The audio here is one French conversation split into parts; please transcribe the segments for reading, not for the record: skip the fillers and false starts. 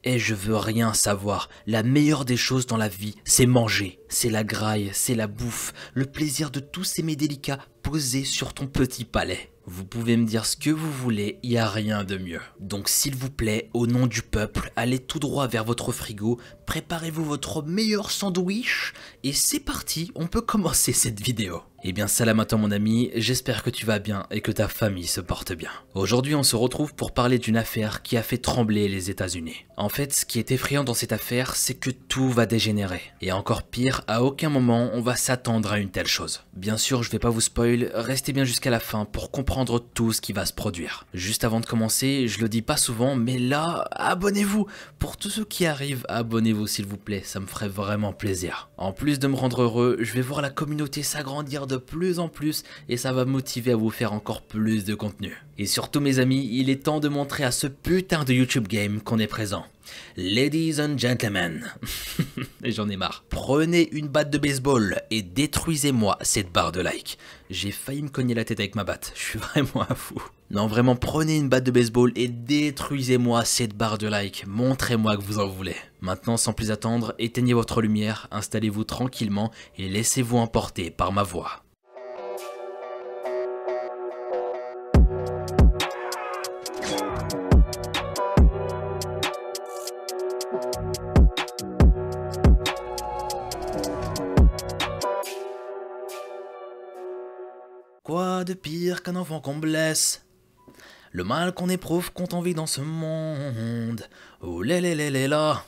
Et je veux rien savoir. La meilleure des choses dans la vie, c'est manger. C'est la graille, c'est la bouffe, le plaisir de tous ces mets délicats posés sur ton petit palais. Vous pouvez me dire ce que vous voulez, il n'y a rien de mieux. Donc s'il vous plaît, au nom du peuple, allez tout droit vers votre frigo, préparez-vous votre meilleur sandwich, et c'est parti, on peut commencer cette vidéo. Eh bien salam à toi mon ami, j'espère que tu vas bien et que ta famille se porte bien. Aujourd'hui on se retrouve pour parler d'une affaire qui a fait trembler les États-Unis. En fait, ce qui est effrayant dans cette affaire, c'est que tout va dégénérer. Et encore pire, à aucun moment on va s'attendre à une telle chose. Bien sûr, je vais pas vous spoil, restez bien jusqu'à la fin pour comprendre tout ce qui va se produire. Juste avant de commencer, je le dis pas souvent, mais là, abonnez-vous. Pour tous ceux qui arrivent, abonnez-vous s'il vous plaît, ça me ferait vraiment plaisir. En plus de me rendre heureux, je vais voir la communauté s'agrandir de plus en plus et ça va me motiver à vous faire encore plus de contenu. Et surtout mes amis, il est temps de montrer à ce putain de YouTube Game qu'on est présent. Ladies and gentlemen, et j'en ai marre. Prenez une batte de baseball et détruisez-moi cette barre de like. J'ai failli me cogner la tête avec ma batte, je suis vraiment un fou. Non vraiment, prenez une batte de baseball et détruisez-moi cette barre de like. Montrez-moi que vous en voulez. Maintenant, sans plus attendre, éteignez votre lumière, installez-vous tranquillement et laissez-vous emporter par ma voix. Quoi de pire qu'un enfant qu'on blesse? Le mal qu'on éprouve quand on vit dans ce monde. Oh là.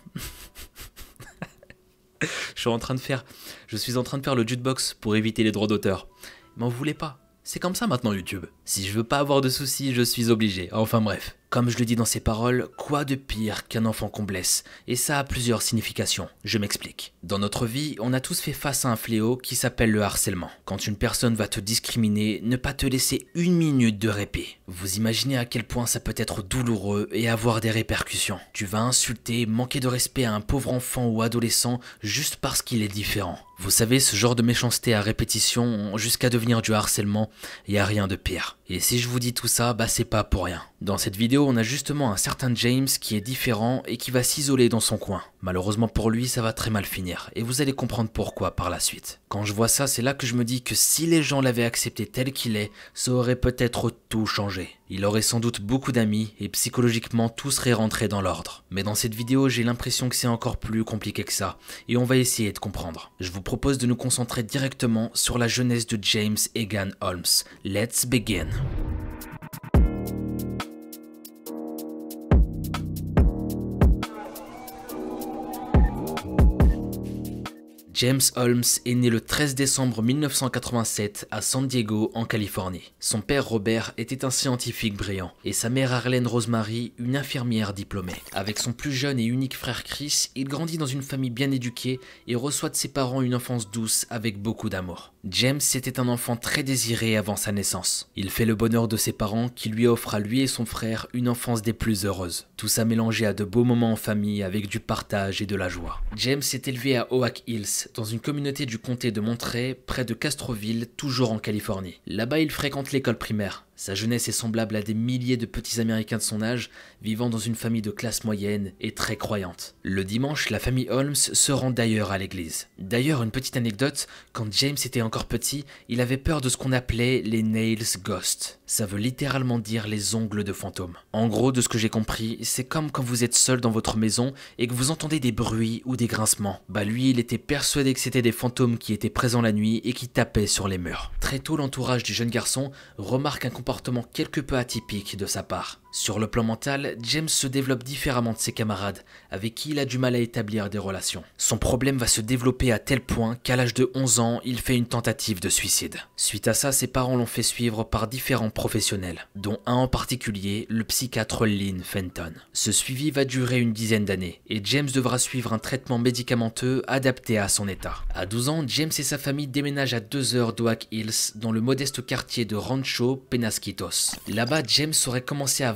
Je suis en train de faire le jukebox pour éviter les droits d'auteur. Mais on voulait pas. C'est comme ça maintenant YouTube. Si je veux pas avoir de soucis, je suis obligé. Enfin bref. Comme je le dis dans ces paroles, quoi de pire qu'un enfant qu'on blesse? Et ça a plusieurs significations. Je m'explique. Dans notre vie, on a tous fait face à un fléau qui s'appelle le harcèlement. Quand une personne va te discriminer, ne pas te laisser une minute de répit. Vous imaginez à quel point ça peut être douloureux et avoir des répercussions. Tu vas insulter, manquer de respect à un pauvre enfant ou adolescent juste parce qu'il est différent. Vous savez, ce genre de méchanceté à répétition, jusqu'à devenir du harcèlement, y a rien de pire. Et si je vous dis tout ça, bah c'est pas pour rien. Dans cette vidéo, on a justement un certain James qui est différent et qui va s'isoler dans son coin. Malheureusement pour lui, ça va très mal finir, et vous allez comprendre pourquoi par la suite. Quand je vois ça, c'est là que je me dis que si les gens l'avaient accepté tel qu'il est, ça aurait peut-être tout changé. Il aurait sans doute beaucoup d'amis, et psychologiquement tout serait rentré dans l'ordre. Mais dans cette vidéo, j'ai l'impression que c'est encore plus compliqué que ça, et on va essayer de comprendre. Je vous propose de nous concentrer directement sur la jeunesse de James Egan Holmes. Let's begin. James Holmes est né le 13 décembre 1987 à San Diego, en Californie. Son père Robert était un scientifique brillant et sa mère Arlene Rosemary une infirmière diplômée. Avec son plus jeune et unique frère Chris, il grandit dans une famille bien éduquée et reçoit de ses parents une enfance douce avec beaucoup d'amour. James était un enfant très désiré avant sa naissance. Il fait le bonheur de ses parents qui lui offrent à lui et son frère une enfance des plus heureuses. Tout ça mélangé à de beaux moments en famille avec du partage et de la joie. James est élevé à Oak Hills, dans une communauté du comté de Monterey, près de Castroville, toujours en Californie. Là-bas, il fréquente l'école primaire. Sa jeunesse est semblable à des milliers de petits Américains de son âge, vivant dans une famille de classe moyenne et très croyante. Le dimanche, la famille Holmes se rend d'ailleurs à l'église. D'ailleurs, une petite anecdote, quand James était encore petit, il avait peur de ce qu'on appelait les nails ghosts. Ça veut littéralement dire les ongles de fantômes. En gros, de ce que j'ai compris, c'est comme quand vous êtes seul dans votre maison et que vous entendez des bruits ou des grincements. Bah lui, il était persuadé que c'était des fantômes qui étaient présents la nuit et qui tapaient sur les murs. Très tôt, l'entourage du jeune garçon remarque un comportement quelque peu atypique de sa part. Sur le plan mental, James se développe différemment de ses camarades, avec qui il a du mal à établir des relations. Son problème va se développer à tel point qu'à l'âge de 11 ans, il fait une tentative de suicide. Suite à ça, ses parents l'ont fait suivre par différents professionnels, dont un en particulier, le psychiatre Lynn Fenton. Ce suivi va durer une dizaine d'années, et James devra suivre un traitement médicamenteux adapté à son état. À 12 ans, James et sa famille déménagent à 2 heures d'Oak Hills, dans le modeste quartier de Rancho Penasquitos. Là-bas, James aurait commencé à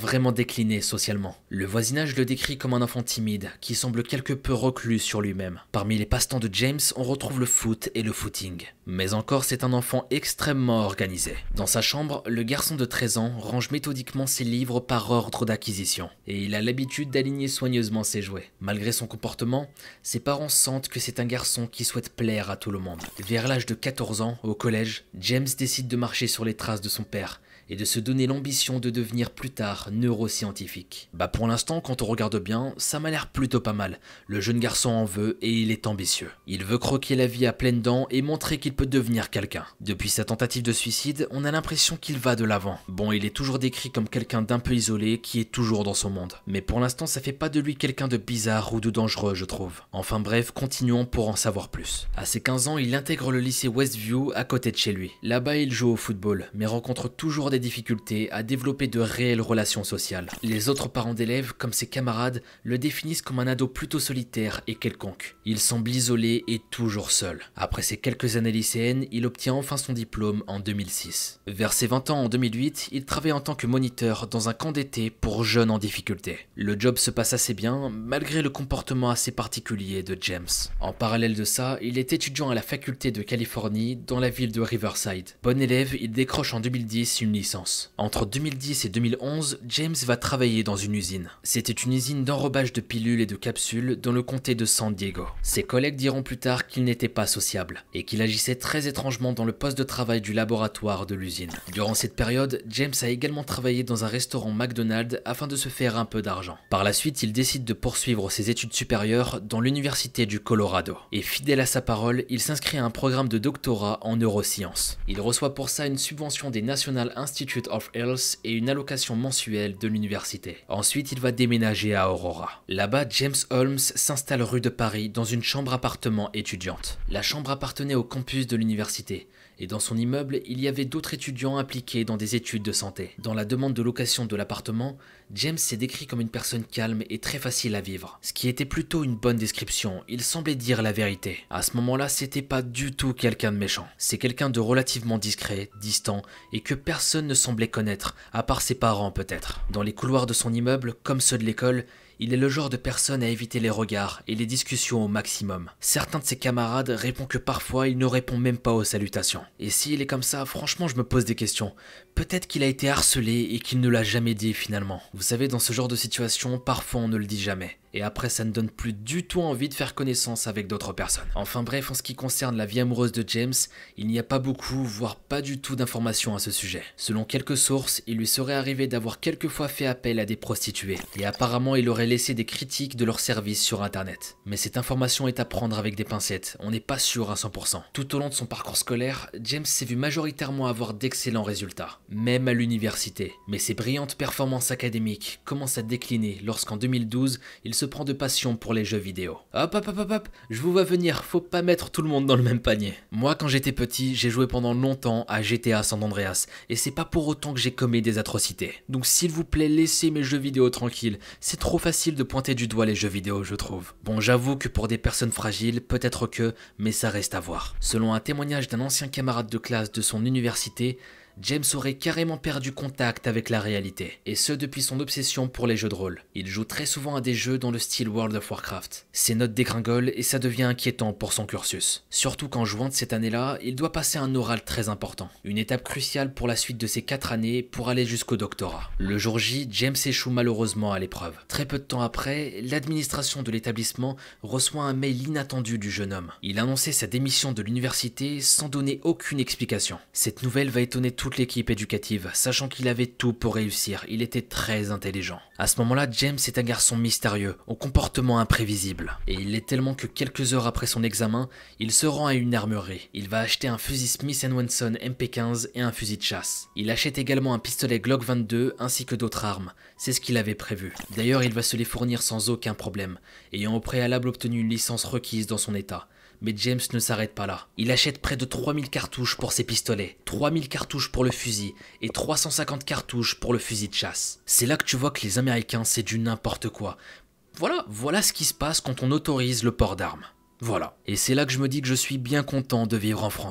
vraiment décliné socialement. Le voisinage le décrit comme un enfant timide, qui semble quelque peu reclus sur lui-même. Parmi les passe-temps de James, on retrouve le foot et le footing. Mais encore, c'est un enfant extrêmement organisé. Dans sa chambre, le garçon de 13 ans range méthodiquement ses livres par ordre d'acquisition. Et il a l'habitude d'aligner soigneusement ses jouets. Malgré son comportement, ses parents sentent que c'est un garçon qui souhaite plaire à tout le monde. Vers l'âge de 14 ans, au collège, James décide de marcher sur les traces de son père et de se donner l'ambition de devenir plus tard neuroscientifique. Pour l'instant, quand on regarde bien, ça m'a l'air plutôt pas mal. Le jeune garçon en veut et il est ambitieux. Il veut croquer la vie à pleines dents et montrer qu'il peut devenir quelqu'un. Depuis sa tentative de suicide, on a l'impression qu'il va de l'avant. Bon, il est toujours décrit comme quelqu'un d'un peu isolé qui est toujours dans son monde. Mais pour l'instant, ça fait pas de lui quelqu'un de bizarre ou de dangereux, je trouve. Enfin bref, continuons pour en savoir plus. À ses 15 ans, il intègre le lycée Westview à côté de chez lui. Là-bas, il joue au football, mais rencontre toujours des difficultés à développer de réelles relations sociales. Les autres parents d'élèves, comme ses camarades, le définissent comme un ado plutôt solitaire et quelconque. Il semble isolé et toujours seul. Après ces quelques années lycéennes, il obtient enfin son diplôme en 2006. Vers ses 20 ans en 2008, il travaille en tant que moniteur dans un camp d'été pour jeunes en difficulté. Le job se passe assez bien, malgré le comportement assez particulier de James. En parallèle de ça, il est étudiant à la faculté de Californie dans la ville de Riverside. Bon élève, il décroche en 2010 une licence. Entre 2010 et 2011, James va travailler dans une usine. C'était une usine d'enrobage de pilules et de capsules dans le comté de San Diego. Ses collègues diront plus tard qu'il n'était pas sociable et qu'il agissait très étrangement dans le poste de travail du laboratoire de l'usine. Durant cette période, James a également travaillé dans un restaurant McDonald's afin de se faire un peu d'argent. Par la suite, il décide de poursuivre ses études supérieures dans l'université du Colorado. Et fidèle à sa parole, il s'inscrit à un programme de doctorat en neurosciences. Il reçoit pour ça une subvention des National Institute of Health et une allocation mensuelle de l'université. Ensuite, il va déménager à Aurora. Là-bas, James Holmes s'installe rue de Paris dans une chambre-appartement étudiante. La chambre appartenait au campus de l'université. Et dans son immeuble, il y avait d'autres étudiants impliqués dans des études de santé. Dans la demande de location de l'appartement, James s'est décrit comme une personne calme et très facile à vivre. Ce qui était plutôt une bonne description, il semblait dire la vérité. À ce moment-là, c'était pas du tout quelqu'un de méchant. C'est quelqu'un de relativement discret, distant, et que personne ne semblait connaître, à part ses parents peut-être. Dans les couloirs de son immeuble, comme ceux de l'école, il est le genre de personne à éviter les regards et les discussions au maximum. Certains de ses camarades répondent que parfois il ne répond même pas aux salutations. Et s'il est comme ça, franchement je me pose des questions. Peut-être qu'il a été harcelé et qu'il ne l'a jamais dit finalement. Vous savez, dans ce genre de situation, parfois on ne le dit jamais. Et après ça ne donne plus du tout envie de faire connaissance avec d'autres personnes. Enfin bref, en ce qui concerne la vie amoureuse de James, il n'y a pas beaucoup, voire pas du tout d'informations à ce sujet. Selon quelques sources, il lui serait arrivé d'avoir quelquefois fait appel à des prostituées. Et apparemment il aurait laissé des critiques de leurs services sur internet. Mais cette information est à prendre avec des pincettes, on n'est pas sûr à 100%. Tout au long de son parcours scolaire, James s'est vu majoritairement avoir d'excellents résultats, même à l'université. Mais ses brillantes performances académiques commencent à décliner lorsqu'en 2012, il se prend de passion pour les jeux vidéo. Hop, je vous vois venir, faut pas mettre tout le monde dans le même panier. Moi quand j'étais petit, j'ai joué pendant longtemps à GTA San Andreas, et c'est pas pour autant que j'ai commis des atrocités. Donc s'il vous plaît, laissez mes jeux vidéo tranquilles, c'est trop facile de pointer du doigt les jeux vidéo, je trouve. Bon, j'avoue que pour des personnes fragiles, peut-être que, mais ça reste à voir. Selon un témoignage d'un ancien camarade de classe de son université, James aurait carrément perdu contact avec la réalité, et ce depuis son obsession pour les jeux de rôle. Il joue très souvent à des jeux dans le style World of Warcraft. Ses notes dégringolent et ça devient inquiétant pour son cursus. Surtout qu'en juin de cette année-là, il doit passer un oral très important. Une étape cruciale pour la suite de ses 4 années pour aller jusqu'au doctorat. Le jour J, James échoue malheureusement à l'épreuve. Très peu de temps après, l'administration de l'établissement reçoit un mail inattendu du jeune homme. Il annonçait sa démission de l'université sans donner aucune explication. Cette nouvelle va étonner toute l'équipe éducative, sachant qu'il avait tout pour réussir, il était très intelligent. À ce moment-là, James est un garçon mystérieux, au comportement imprévisible. Et il l'est tellement que quelques heures après son examen, il se rend à une armurerie. Il va acheter un fusil Smith & Wesson MP15 et un fusil de chasse. Il achète également un pistolet Glock 22 ainsi que d'autres armes, c'est ce qu'il avait prévu. D'ailleurs, il va se les fournir sans aucun problème, ayant au préalable obtenu une licence requise dans son état. Mais James ne s'arrête pas là. Il achète près de 3000 cartouches pour ses pistolets, 3000 cartouches pour le fusil et 350 cartouches pour le fusil de chasse. C'est là que tu vois que les Américains, c'est du n'importe quoi. Voilà ce qui se passe quand on autorise le port d'armes. Voilà. Et c'est là que je me dis que je suis bien content de vivre en France.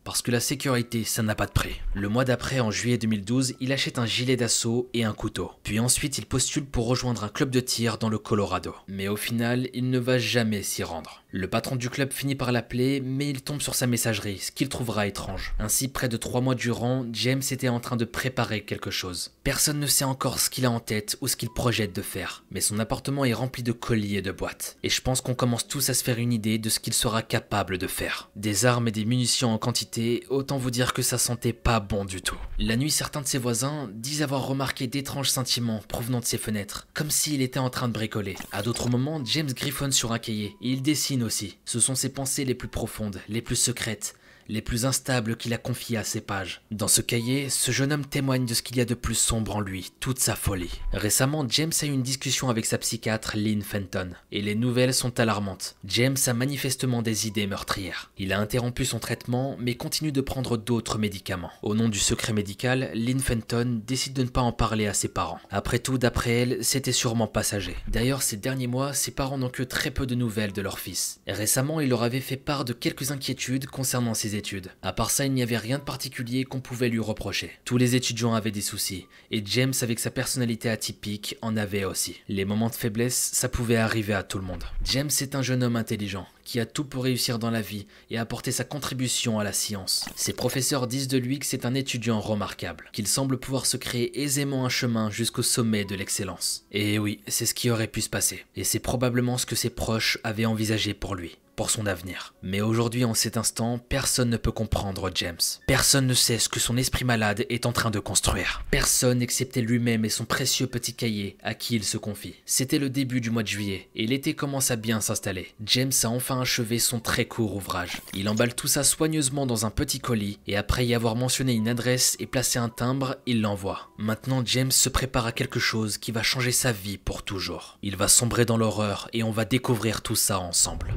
parce que la sécurité, ça n'a pas de prix. Le mois d'après, en juillet 2012, il achète un gilet d'assaut et un couteau. Puis ensuite, il postule pour rejoindre un club de tir dans le Colorado. Mais au final, il ne va jamais s'y rendre. Le patron du club finit par l'appeler, mais il tombe sur sa messagerie, ce qu'il trouvera étrange. Ainsi, près de 3 mois durant, James était en train de préparer quelque chose. Personne ne sait encore ce qu'il a en tête ou ce qu'il projette de faire, mais son appartement est rempli de colis et de boîtes. Et je pense qu'on commence tous à se faire une idée de ce qu'il sera capable de faire. Des armes et des munitions en quantité, autant vous dire que ça sentait pas bon du tout. La nuit, certains de ses voisins disent avoir remarqué d'étranges scintillements provenant de ses fenêtres, comme s'il était en train de bricoler. À d'autres moments, James griffonne sur un cahier et il dessine aussi. Ce sont ses pensées les plus profondes, les plus secrètes, les plus instables qu'il a confiées à ses pages. Dans ce cahier, ce jeune homme témoigne de ce qu'il y a de plus sombre en lui, toute sa folie. Récemment, James a eu une discussion avec sa psychiatre Lynn Fenton, et les nouvelles sont alarmantes. James a manifestement des idées meurtrières. Il a interrompu son traitement, mais continue de prendre d'autres médicaments. Au nom du secret médical, Lynn Fenton décide de ne pas en parler à ses parents. Après tout, d'après elle, c'était sûrement passager. D'ailleurs, ces derniers mois, ses parents n'ont que très peu de nouvelles de leur fils. Et récemment, il leur avait fait part de quelques inquiétudes concernant ses études. À part ça, il n'y avait rien de particulier qu'on pouvait lui reprocher. Tous les étudiants avaient des soucis, et James, avec sa personnalité atypique, en avait aussi. Les moments de faiblesse, ça pouvait arriver à tout le monde. James est un jeune homme intelligent, qui a tout pour réussir dans la vie et apporter sa contribution à la science. Ses professeurs disent de lui que c'est un étudiant remarquable, qu'il semble pouvoir se créer aisément un chemin jusqu'au sommet de l'excellence. Et oui, c'est ce qui aurait pu se passer, et c'est probablement ce que ses proches avaient envisagé pour lui, pour son avenir. Mais aujourd'hui, en cet instant, personne ne peut comprendre James. Personne ne sait ce que son esprit malade est en train de construire. Personne excepté lui-même et son précieux petit cahier à qui il se confie. C'était le début du mois de juillet, et l'été commence à bien s'installer. James a enfin achevé son très court ouvrage. Il emballe tout ça soigneusement dans un petit colis, et après y avoir mentionné une adresse et placé un timbre, il l'envoie. Maintenant, James se prépare à quelque chose qui va changer sa vie pour toujours. Il va sombrer dans l'horreur, et on va découvrir tout ça ensemble.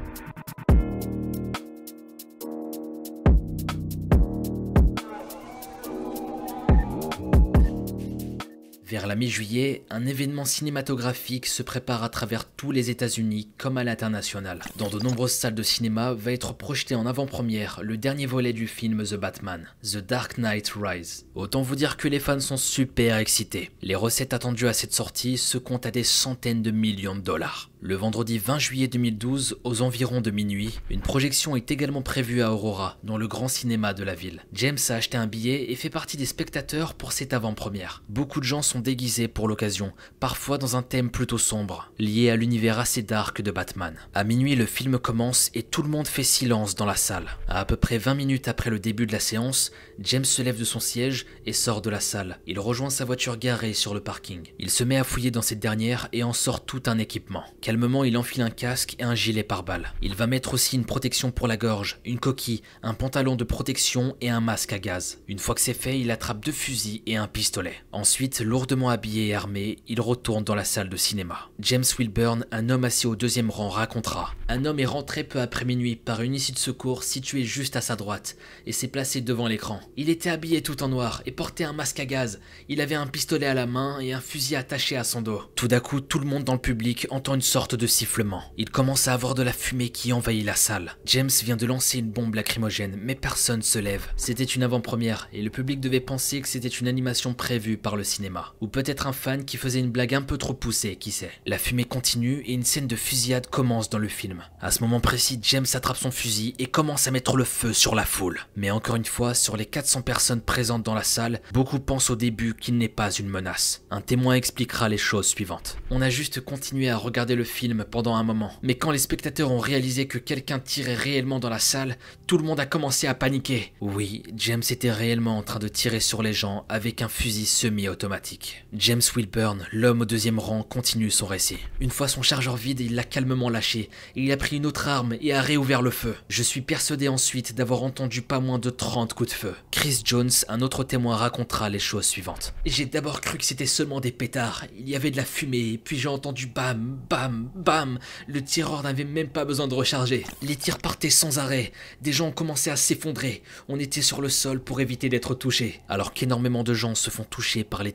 Vers la mi-juillet, un événement cinématographique se prépare à travers tous les États-Unis comme à l'international. Dans de nombreuses salles de cinéma va être projeté en avant-première le dernier volet du film The Batman, The Dark Knight Rise. Autant vous dire que les fans sont super excités. Les recettes attendues à cette sortie se comptent à des centaines de millions de dollars. Le vendredi 20 juillet 2012, aux environs de minuit, une projection est également prévue à Aurora, dans le grand cinéma de la ville. James a acheté un billet et fait partie des spectateurs pour cette avant-première. Beaucoup de gens sont déguisés pour l'occasion, parfois dans un thème plutôt sombre, lié à l'univers assez dark de Batman. À minuit, le film commence et tout le monde fait silence dans la salle. À peu près 20 minutes après le début de la séance, James se lève de son siège et sort de la salle. Il rejoint sa voiture garée sur le parking. Il se met à fouiller dans cette dernière et en sort tout un équipement. Calmement, il enfile un casque et un gilet pare-balles. Il va mettre aussi une protection pour la gorge, une coquille, un pantalon de protection et un masque à gaz. Une fois que c'est fait, il attrape 2 fusils et un pistolet. Ensuite, lourdement habillé et armé, il retourne dans la salle de cinéma. James Wilburn, un homme assis au 2e rang, racontera: un homme est rentré peu après minuit par une issue de secours située juste à sa droite et s'est placé devant l'écran. Il était habillé tout en noir et portait un masque à gaz. Il avait un pistolet à la main et un fusil attaché à son dos. Tout d'un coup, tout le monde dans le public entend une sorte de sifflement. Il commence à avoir de la fumée qui envahit la salle. James vient de lancer une bombe lacrymogène, mais personne se lève. C'était une avant-première et le public devait penser que c'était une animation prévue par le cinéma. Ou peut-être un fan qui faisait une blague un peu trop poussée, qui sait. La fumée continue et une scène de fusillade commence dans le film. À ce moment précis, James attrape son fusil et commence à mettre le feu sur la foule. Mais encore une fois, sur les 400 personnes présentes dans la salle, beaucoup pensent au début qu'il n'est pas une menace. Un témoin expliquera les choses suivantes. On a juste continué à regarder le film pendant un moment, mais quand les spectateurs ont réalisé que quelqu'un tirait réellement dans la salle, tout le monde a commencé à paniquer. Oui, James était réellement en train de tirer sur les gens avec un fusil semi-automatique. James Wilburn, l'homme au 2e rang, continue son récit. Une fois son chargeur vide, il l'a calmement lâché, et il a pris une autre arme et a réouvert le feu. Je suis persuadé ensuite d'avoir entendu pas moins de 30 coups de feu. Chris Jones, un autre témoin, racontera les choses suivantes. J'ai d'abord cru que c'était seulement des pétards. Il y avait de la fumée, puis j'ai entendu bam, bam, bam. Le tireur n'avait même pas besoin de recharger. Les tirs partaient sans arrêt. Des gens ont commencé à s'effondrer. On était sur le sol pour éviter d'être touchés. Alors qu'énormément de gens se font toucher par les tirs de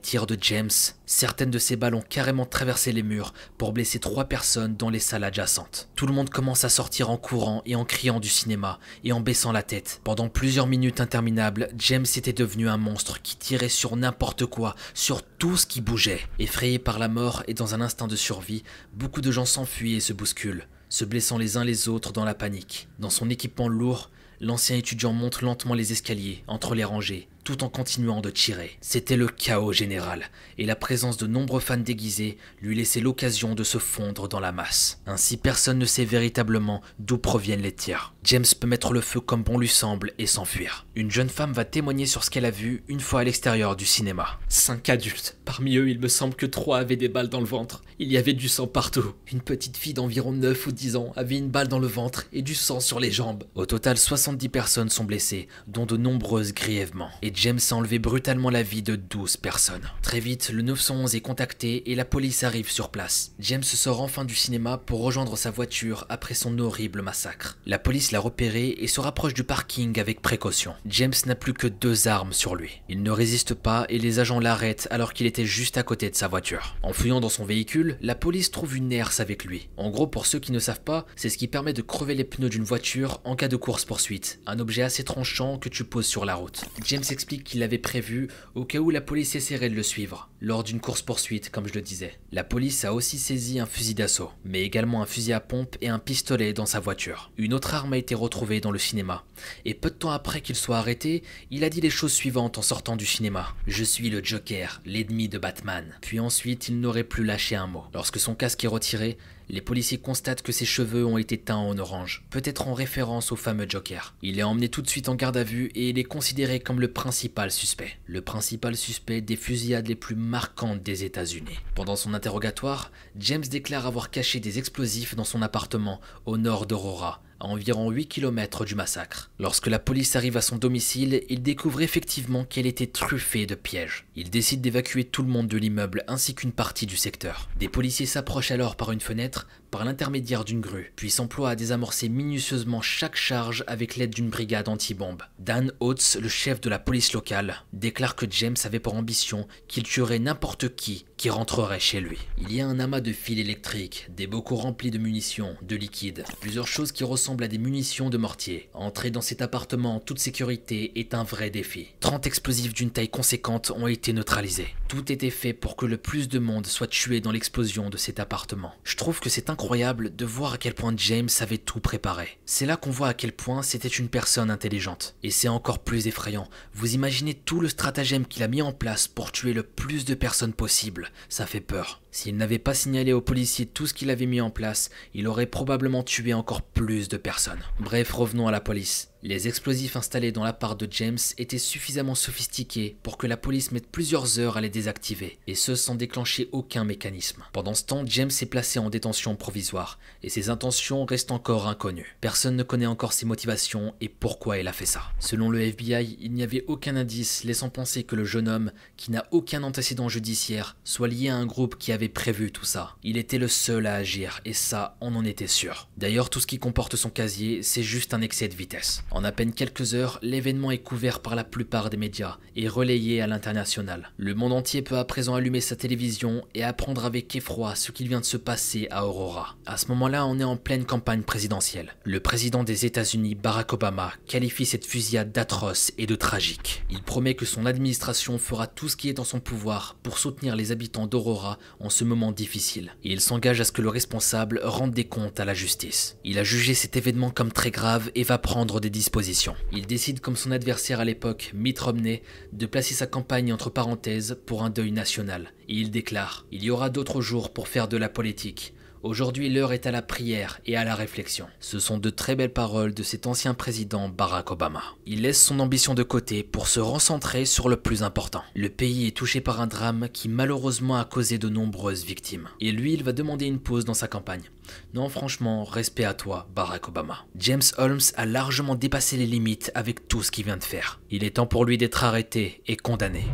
James, certaines de ces balles ont carrément traversé les murs pour blesser 3 personnes dans les salles adjacentes. Tout le monde commence à sortir en courant et en criant du cinéma et en baissant la tête. Pendant plusieurs minutes interminables, James était devenu un monstre qui tirait sur n'importe quoi, sur tout ce qui bougeait. Effrayé par la mort et dans un instinct de survie, beaucoup de gens s'enfuient et se bousculent, se blessant les uns les autres dans la panique. Dans son équipement lourd, l'ancien étudiant monte lentement les escaliers, entre les rangées, tout en continuant de tirer. C'était le chaos général, et la présence de nombreux fans déguisés lui laissait l'occasion de se fondre dans la masse. Ainsi, personne ne sait véritablement d'où proviennent les tirs. James peut mettre le feu comme bon lui semble et s'enfuir. Une jeune femme va témoigner sur ce qu'elle a vu une fois à l'extérieur du cinéma. 5 adultes. Parmi eux, il me semble que 3 avaient des balles dans le ventre. Il y avait du sang partout. Une petite fille d'environ 9 ou 10 ans avait une balle dans le ventre et du sang sur les jambes. Au total, 70 personnes sont blessées, dont de nombreuses grièvement. Et James a enlevé brutalement la vie de 12 personnes. Très vite, le 911 est contacté et la police arrive sur place. James sort enfin du cinéma pour rejoindre sa voiture après son horrible massacre. La police l'a repéré et se rapproche du parking avec précaution. James n'a plus que 2 armes sur lui. Il ne résiste pas et les agents l'arrêtent alors qu'il était juste à côté de sa voiture. En fouillant dans son véhicule, la police trouve une herse avec lui. En gros, pour ceux qui ne savent pas, c'est ce qui permet de crever les pneus d'une voiture en cas de course-poursuite. Un objet assez tranchant que tu poses sur la route. James explique qu'il l'avait prévu au cas où la police essaierait de le suivre, lors d'une course-poursuite comme je le disais. La police a aussi saisi un fusil d'assaut, mais également un fusil à pompe et un pistolet dans sa voiture. Une autre arme a été retrouvée dans le cinéma, et peu de temps après qu'il soit arrêté, il a dit les choses suivantes en sortant du cinéma. « Je suis le Joker, l'ennemi de Batman ». Puis ensuite, il n'aurait plus lâché un mot. Lorsque son casque est retiré, les policiers constatent que ses cheveux ont été teints en orange, peut-être en référence au fameux Joker. Il est emmené tout de suite en garde à vue et il est considéré comme le principal suspect. Le principal suspect des fusillades les plus marquantes des États-Unis. Pendant son interrogatoire, James déclare avoir caché des explosifs dans son appartement au nord d'Aurora, à environ 8 km du massacre. Lorsque la police arrive à son domicile, il découvre effectivement qu'elle était truffée de pièges. Il décide d'évacuer tout le monde de l'immeuble ainsi qu'une partie du secteur. Des policiers s'approchent alors par une fenêtre, par l'intermédiaire d'une grue, puis s'emploient à désamorcer minutieusement chaque charge avec l'aide d'une brigade anti-bombe. Dan Oates, le chef de la police locale, déclare que James avait pour ambition qu'il tuerait n'importe qui rentrerait chez lui. Il y a un amas de fils électriques, des bocaux remplis de munitions, de liquide, plusieurs choses qui ressemblent à des munitions de mortier. Entrer dans cet appartement en toute sécurité est un vrai défi. 30 explosifs d'une taille conséquente ont été neutralisés. Tout était fait pour que le plus de monde soit tué dans l'explosion de cet appartement. Je trouve que c'est incroyable de voir à quel point James avait tout préparé. C'est là qu'on voit à quel point c'était une personne intelligente. Et c'est encore plus effrayant. Vous imaginez tout le stratagème qu'il a mis en place pour tuer le plus de personnes possible. Ça fait peur. S'il n'avait pas signalé aux policiers tout ce qu'il avait mis en place, il aurait probablement tué encore plus de personnes. Bref, revenons à la police. Les explosifs installés dans l'appart de James étaient suffisamment sophistiqués pour que la police mette plusieurs heures à les désactiver, et ce sans déclencher aucun mécanisme. Pendant ce temps, James est placé en détention provisoire, et ses intentions restent encore inconnues. Personne ne connaît encore ses motivations et pourquoi il a fait ça. Selon le FBI, il n'y avait aucun indice laissant penser que le jeune homme, qui n'a aucun antécédent judiciaire, soit lié à un groupe qui avait prévu tout ça. Il était le seul à agir, et ça, on en était sûr. D'ailleurs, tout ce qui comporte son casier, c'est juste un excès de vitesse. En à peine quelques heures, l'événement est couvert par la plupart des médias et relayé à l'international. Le monde entier peut à présent allumer sa télévision et apprendre avec effroi ce qu'il vient de se passer à Aurora. À ce moment-là, on est en pleine campagne présidentielle. Le président des États-Unis, Barack Obama, qualifie cette fusillade d'atroce et de tragique. Il promet que son administration fera tout ce qui est en son pouvoir pour soutenir les habitants d'Aurora en ce moment difficile. Et il s'engage à ce que le responsable rende des comptes à la justice. Il a jugé cet événement comme très grave et va prendre des dispositions. Il décide, comme son adversaire à l'époque, Mitt Romney, de placer sa campagne entre parenthèses pour un deuil national. Et il déclare « Il y aura d'autres jours pour faire de la politique. Aujourd'hui, l'heure est à la prière et à la réflexion. » Ce sont de très belles paroles de cet ancien président Barack Obama. Il laisse son ambition de côté pour se recentrer sur le plus important. Le pays est touché par un drame qui malheureusement a causé de nombreuses victimes. Et lui, il va demander une pause dans sa campagne. Non, franchement, respect à toi, Barack Obama. James Holmes a largement dépassé les limites avec tout ce qu'il vient de faire. Il est temps pour lui d'être arrêté et condamné.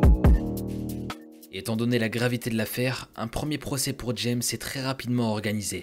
Étant donné la gravité de l'affaire, un premier procès pour James est très rapidement organisé.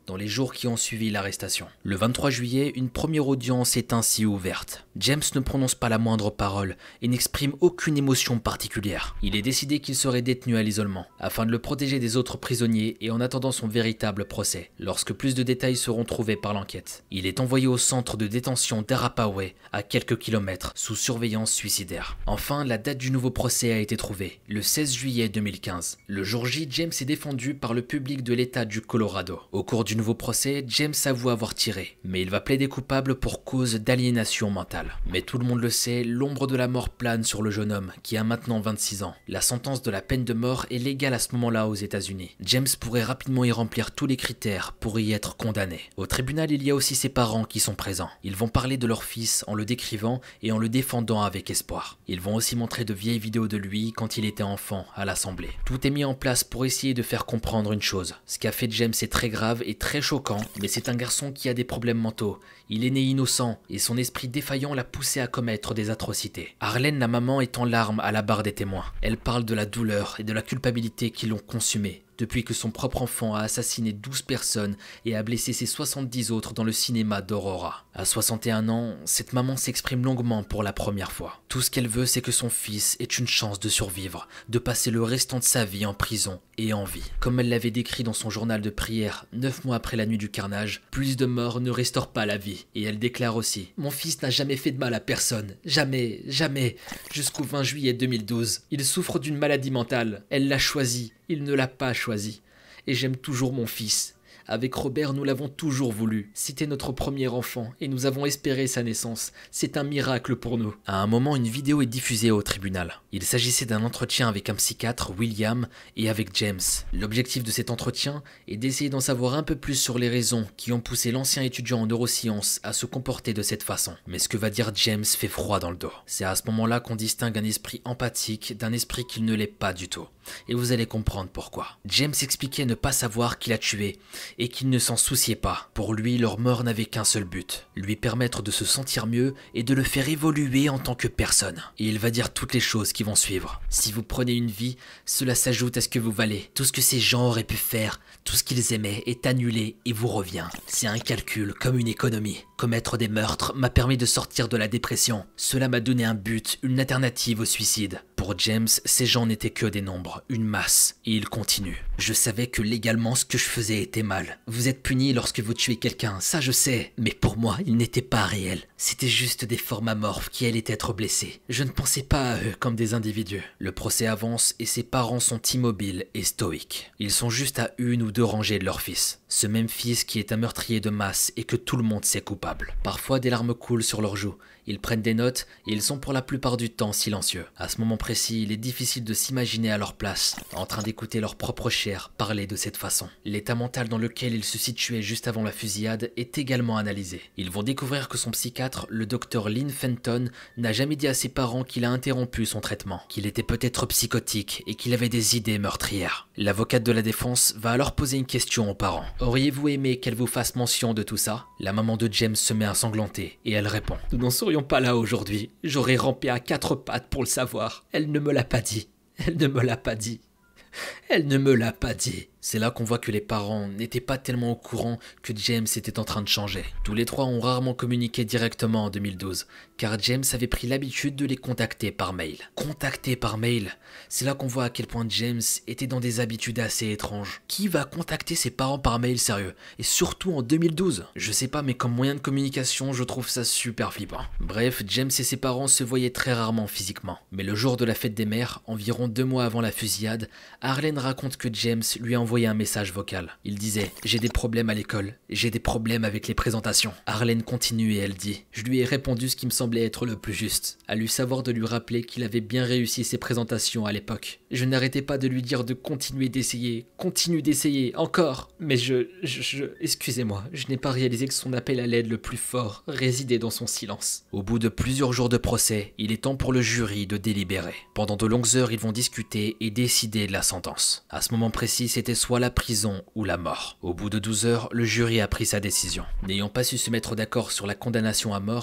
dans les jours qui ont suivi l'arrestation. Le 23 juillet, une première audience est ainsi ouverte. James ne prononce pas la moindre parole et n'exprime aucune émotion particulière. Il est décidé qu'il serait détenu à l'isolement, afin de le protéger des autres prisonniers et en attendant son véritable procès, lorsque plus de détails seront trouvés par l'enquête. Il est envoyé au centre de détention d'Arapahoe, à quelques kilomètres, sous surveillance suicidaire. Enfin, la date du nouveau procès a été trouvée, le 16 juillet 2015. Le jour J, James est défendu par le public de l'État du Colorado. Au cours du nouveau procès, James avoue avoir tiré, mais il va plaider coupable pour cause d'aliénation mentale. Mais tout le monde le sait, l'ombre de la mort plane sur le jeune homme, qui a maintenant 26 ans. La sentence de la peine de mort est légale à ce moment-là aux États-Unis. James pourrait rapidement y remplir tous les critères pour y être condamné. Au tribunal, il y a aussi ses parents qui sont présents. Ils vont parler de leur fils en le décrivant et en le défendant avec espoir. Ils vont aussi montrer de vieilles vidéos de lui quand il était enfant à l'Assemblée. Tout est mis en place pour essayer de faire comprendre une chose. Ce qu'a fait James est très grave et très choquant, mais c'est un garçon qui a des problèmes mentaux. Il est né innocent et son esprit défaillant l'a poussé à commettre des atrocités. Arlene, la maman, est en larmes à la barre des témoins. Elle parle de la douleur et de la culpabilité qui l'ont consumée depuis que son propre enfant a assassiné 12 personnes et a blessé ses 70 autres dans le cinéma d'Aurora. À 61 ans, cette maman s'exprime longuement pour la première fois. Tout ce qu'elle veut, c'est que son fils ait une chance de survivre, de passer le restant de sa vie en prison et en vie. Comme elle l'avait décrit dans son journal de prière 9 mois après la nuit du carnage, plus de morts ne restaurent pas la vie. Et elle déclare aussi: « Mon fils n'a jamais fait de mal à personne. Jamais, jamais. Jusqu'au 20 juillet 2012. Il souffre d'une maladie mentale. Elle l'a choisi. Il ne l'a pas choisi. Et j'aime toujours mon fils. Avec Robert, nous l'avons toujours voulu. C'était notre premier enfant et nous avons espéré sa naissance. C'est un miracle pour nous. » À un moment, une vidéo est diffusée au tribunal. Il s'agissait d'un entretien avec un psychiatre, William, et avec James. L'objectif de cet entretien est d'essayer d'en savoir un peu plus sur les raisons qui ont poussé l'ancien étudiant en neurosciences à se comporter de cette façon. Mais ce que va dire James fait froid dans le dos. C'est à ce moment-là qu'on distingue un esprit empathique d'un esprit qui ne l'est pas du tout. Et vous allez comprendre pourquoi. James expliquait ne pas savoir qui l'a tué et qu'il ne s'en souciait pas. Pour lui, leur mort n'avait qu'un seul but, lui permettre de se sentir mieux et de le faire évoluer en tant que personne. Et il va dire toutes les choses qui vont suivre. Si vous prenez une vie, cela s'ajoute à ce que vous valez. Tout ce que ces gens auraient pu faire, tout ce qu'ils aimaient est annulé et vous revient. C'est un calcul, comme une économie. Commettre des meurtres m'a permis de sortir de la dépression. Cela m'a donné un but, une alternative au suicide. Pour James, ces gens n'étaient que des nombres, une masse. Et il continue. Je savais que légalement ce que je faisais était mal. Vous êtes puni lorsque vous tuez quelqu'un, ça je sais. Mais pour moi, il n'était pas réel. C'était juste des formes amorphes qui allaient être blessés. Je ne pensais pas à eux comme des individus. Le procès avance et ses parents sont immobiles et stoïques. Ils sont juste à 1 ou 2 rangées de leur fils. Ce même fils qui est un meurtrier de masse et que tout le monde sait coupable. Parfois des larmes coulent sur leurs joues. Ils prennent des notes et ils sont pour la plupart du temps silencieux. À ce moment précis, il est difficile de s'imaginer à leur place, en train d'écouter leur propre chair parler de cette façon. L'état mental dans lequel il se situait juste avant la fusillade est également analysé. Ils vont découvrir que son psychiatre, le docteur Lynn Fenton, n'a jamais dit à ses parents qu'il a interrompu son traitement, qu'il était peut-être psychotique et qu'il avait des idées meurtrières. L'avocate de la défense va alors poser une question aux parents. Auriez-vous aimé qu'elle vous fasse mention de tout ça? La maman de James se met à sanglanter et elle répond: Nous n'en serions pas là aujourd'hui. J'aurais rampé à 4 pattes pour le savoir. Elle ne me l'a pas dit. Elle ne me l'a pas dit. Elle ne me l'a pas dit. C'est là qu'on voit que les parents n'étaient pas tellement au courant que James était en train de changer. Tous les trois ont rarement communiqué directement en 2012, car James avait pris l'habitude de les contacter par mail. Contacter par mail, c'est là qu'on voit à quel point James était dans des habitudes assez étranges. Qui va contacter ses parents par mail, sérieux? Et surtout en 2012? Je sais pas, mais comme moyen de communication, je trouve ça super flippant. Bref, James et ses parents se voyaient très rarement physiquement. Mais le jour de la fête des mères, environ 2 mois avant la fusillade, Arlene raconte que James lui a envoyé un message vocal. Il disait: j'ai des problèmes à l'école, j'ai des problèmes avec les présentations. Arlene continue et elle dit: je lui ai répondu ce qui me semblait être le plus juste, à lui savoir de lui rappeler qu'il avait bien réussi ses présentations à l'époque. Je n'arrêtais pas de lui dire de continuer d'essayer, continue d'essayer, encore. Mais excusez-moi, je n'ai pas réalisé que son appel à l'aide le plus fort résidait dans son silence. Au bout de plusieurs jours de procès, il est temps pour le jury de délibérer. Pendant de longues heures, ils vont discuter et décider de la sentence. À ce moment précis, c'était soit la prison ou la mort. Au bout de 12 heures, le jury a pris sa décision. N'ayant pas su se mettre d'accord sur la condamnation à mort,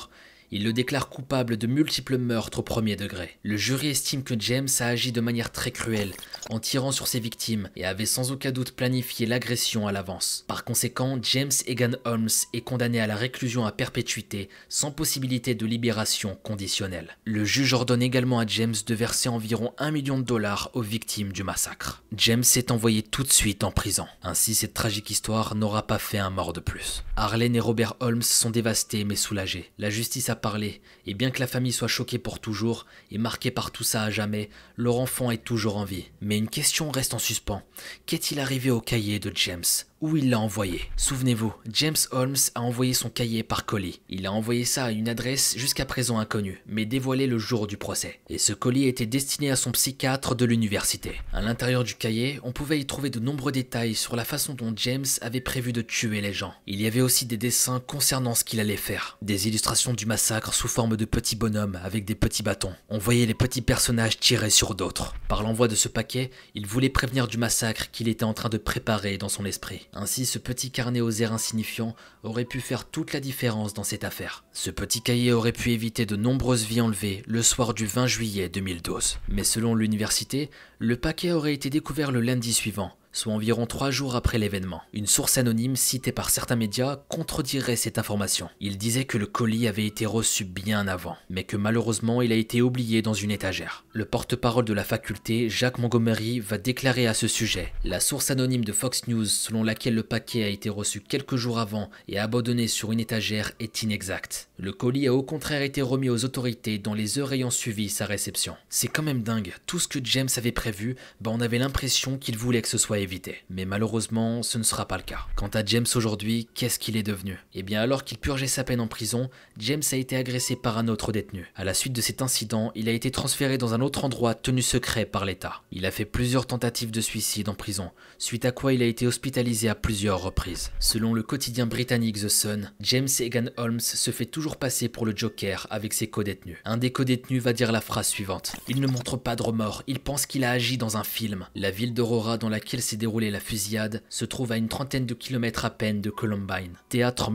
Il le déclare coupable de multiples meurtres au premier degré. Le jury estime que James a agi de manière très cruelle, en tirant sur ses victimes et avait sans aucun doute planifié l'agression à l'avance. Par conséquent, James Egan Holmes est condamné à la réclusion à perpétuité sans possibilité de libération conditionnelle. Le juge ordonne également à James de verser environ 1 million de dollars aux victimes du massacre. James est envoyé tout de suite en prison. Ainsi, cette tragique histoire n'aura pas fait un mort de plus. Arlene et Robert Holmes sont dévastés mais soulagés. La justice a parlé, et bien que la famille soit choquée pour toujours et marquée par tout ça à jamais, leur enfant est toujours en vie. Mais une question reste en suspens. Qu'est-il arrivé au cahier de James ? Où il l'a envoyé? Souvenez-vous, James Holmes a envoyé son cahier par colis. Il a envoyé ça à une adresse jusqu'à présent inconnue, mais dévoilée le jour du procès. Et ce colis était destiné à son psychiatre de l'université. À l'intérieur du cahier, on pouvait y trouver de nombreux détails sur la façon dont James avait prévu de tuer les gens. Il y avait aussi des dessins concernant ce qu'il allait faire. Des illustrations du massacre sous forme de petits bonhommes avec des petits bâtons. On voyait les petits personnages tirer sur d'autres. Par l'envoi de ce paquet, il voulait prévenir du massacre qu'il était en train de préparer dans son esprit. Ainsi, ce petit carnet aux airs insignifiants aurait pu faire toute la différence dans cette affaire. Ce petit cahier aurait pu éviter de nombreuses vies enlevées le soir du 20 juillet 2012. Mais selon l'université, le paquet aurait été découvert le lundi suivant, soit environ 3 jours après l'événement. Une source anonyme citée par certains médias contredirait cette information. Il disait que le colis avait été reçu bien avant, mais que malheureusement il a été oublié dans une étagère. Le porte-parole de la faculté, Jacques Montgomery, va déclarer à ce sujet: la source anonyme de Fox News selon laquelle le paquet a été reçu quelques jours avant et abandonné sur une étagère est inexacte. Le colis a au contraire été remis aux autorités dans les heures ayant suivi sa réception. C'est quand même dingue, tout ce que James avait prévu, on avait l'impression qu'il voulait que ce soit évité. Mais malheureusement, ce ne sera pas le cas. Quant à James aujourd'hui, qu'est-ce qu'il est devenu? Eh bien, alors qu'il purgeait sa peine en prison, James a été agressé par un autre détenu. À la suite de cet incident, il a été transféré dans un autre endroit tenu secret par l'État. Il a fait plusieurs tentatives de suicide en prison, suite à quoi il a été hospitalisé à plusieurs reprises. Selon le quotidien britannique The Sun, James Egan Holmes se fait toujours passer pour le Joker avec ses codétenus. Un des codétenus va dire la phrase suivante: il ne montre pas de remords, il pense qu'il a agi dans un film. La ville d'Aurora dans laquelle s'est déroulée la fusillade se trouve à une trentaine de kilomètres à peine de Columbine, théâtre en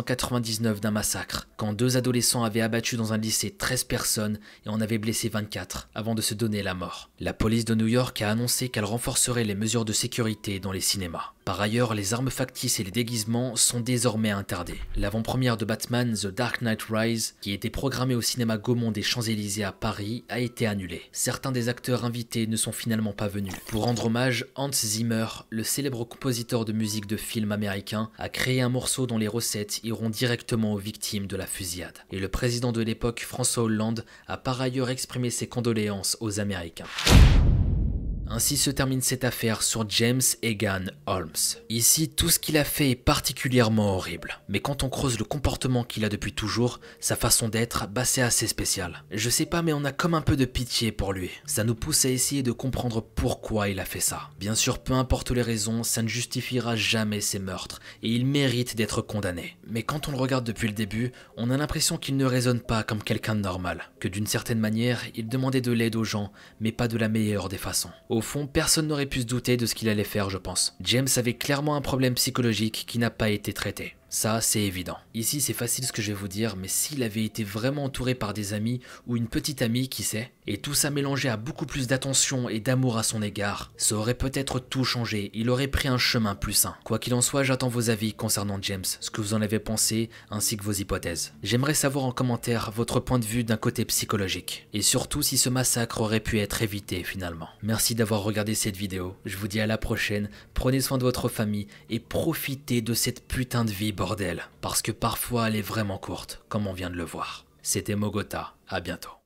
1999 d'un massacre, quand 2 adolescents avaient abattu dans un lycée 13 personnes et en avaient blessé 24 avant de se donner la mort. La police de New York a annoncé qu'elle renforcerait les mesures de sécurité dans les cinémas. Par ailleurs, les armes factices et les déguisements sont désormais interdits. L'avant-première de Batman The Dark Knight Rise, qui était programmée au cinéma Gaumont des Champs-Élysées à Paris, a été annulée. Certains des acteurs invités ne sont finalement pas venus. Pour rendre hommage, Hans Zimmer, le célèbre compositeur de musique de films américain, a créé un morceau dont les recettes iront directement aux victimes de la fusillade. Et le président de l'époque, François Hollande, a par ailleurs exprimé ses condoléances aux Américains. Ainsi se termine cette affaire sur James Egan Holmes. Ici, tout ce qu'il a fait est particulièrement horrible. Mais quand on creuse le comportement qu'il a depuis toujours, sa façon d'être, c'est assez spécial. Je sais pas, mais on a comme un peu de pitié pour lui. Ça nous pousse à essayer de comprendre pourquoi il a fait ça. Bien sûr, peu importe les raisons, ça ne justifiera jamais ses meurtres, et il mérite d'être condamné. Mais quand on le regarde depuis le début, on a l'impression qu'il ne raisonne pas comme quelqu'un de normal. Que d'une certaine manière, il demandait de l'aide aux gens, mais pas de la meilleure des façons. Au fond, personne n'aurait pu se douter de ce qu'il allait faire, je pense. James avait clairement un problème psychologique qui n'a pas été traité. Ça, c'est évident. Ici, c'est facile ce que je vais vous dire, mais s'il avait été vraiment entouré par des amis ou une petite amie, qui sait, et tout ça mélangé à beaucoup plus d'attention et d'amour à son égard, ça aurait peut-être tout changé, il aurait pris un chemin plus sain. Quoi qu'il en soit, j'attends vos avis concernant James, ce que vous en avez pensé, ainsi que vos hypothèses. J'aimerais savoir en commentaire votre point de vue d'un côté psychologique, et surtout si ce massacre aurait pu être évité finalement. Merci d'avoir regardé cette vidéo, je vous dis à la prochaine, prenez soin de votre famille, et profitez de cette putain de vie bordel, parce que parfois elle est vraiment courte, comme on vient de le voir. C'était Mogota, à bientôt.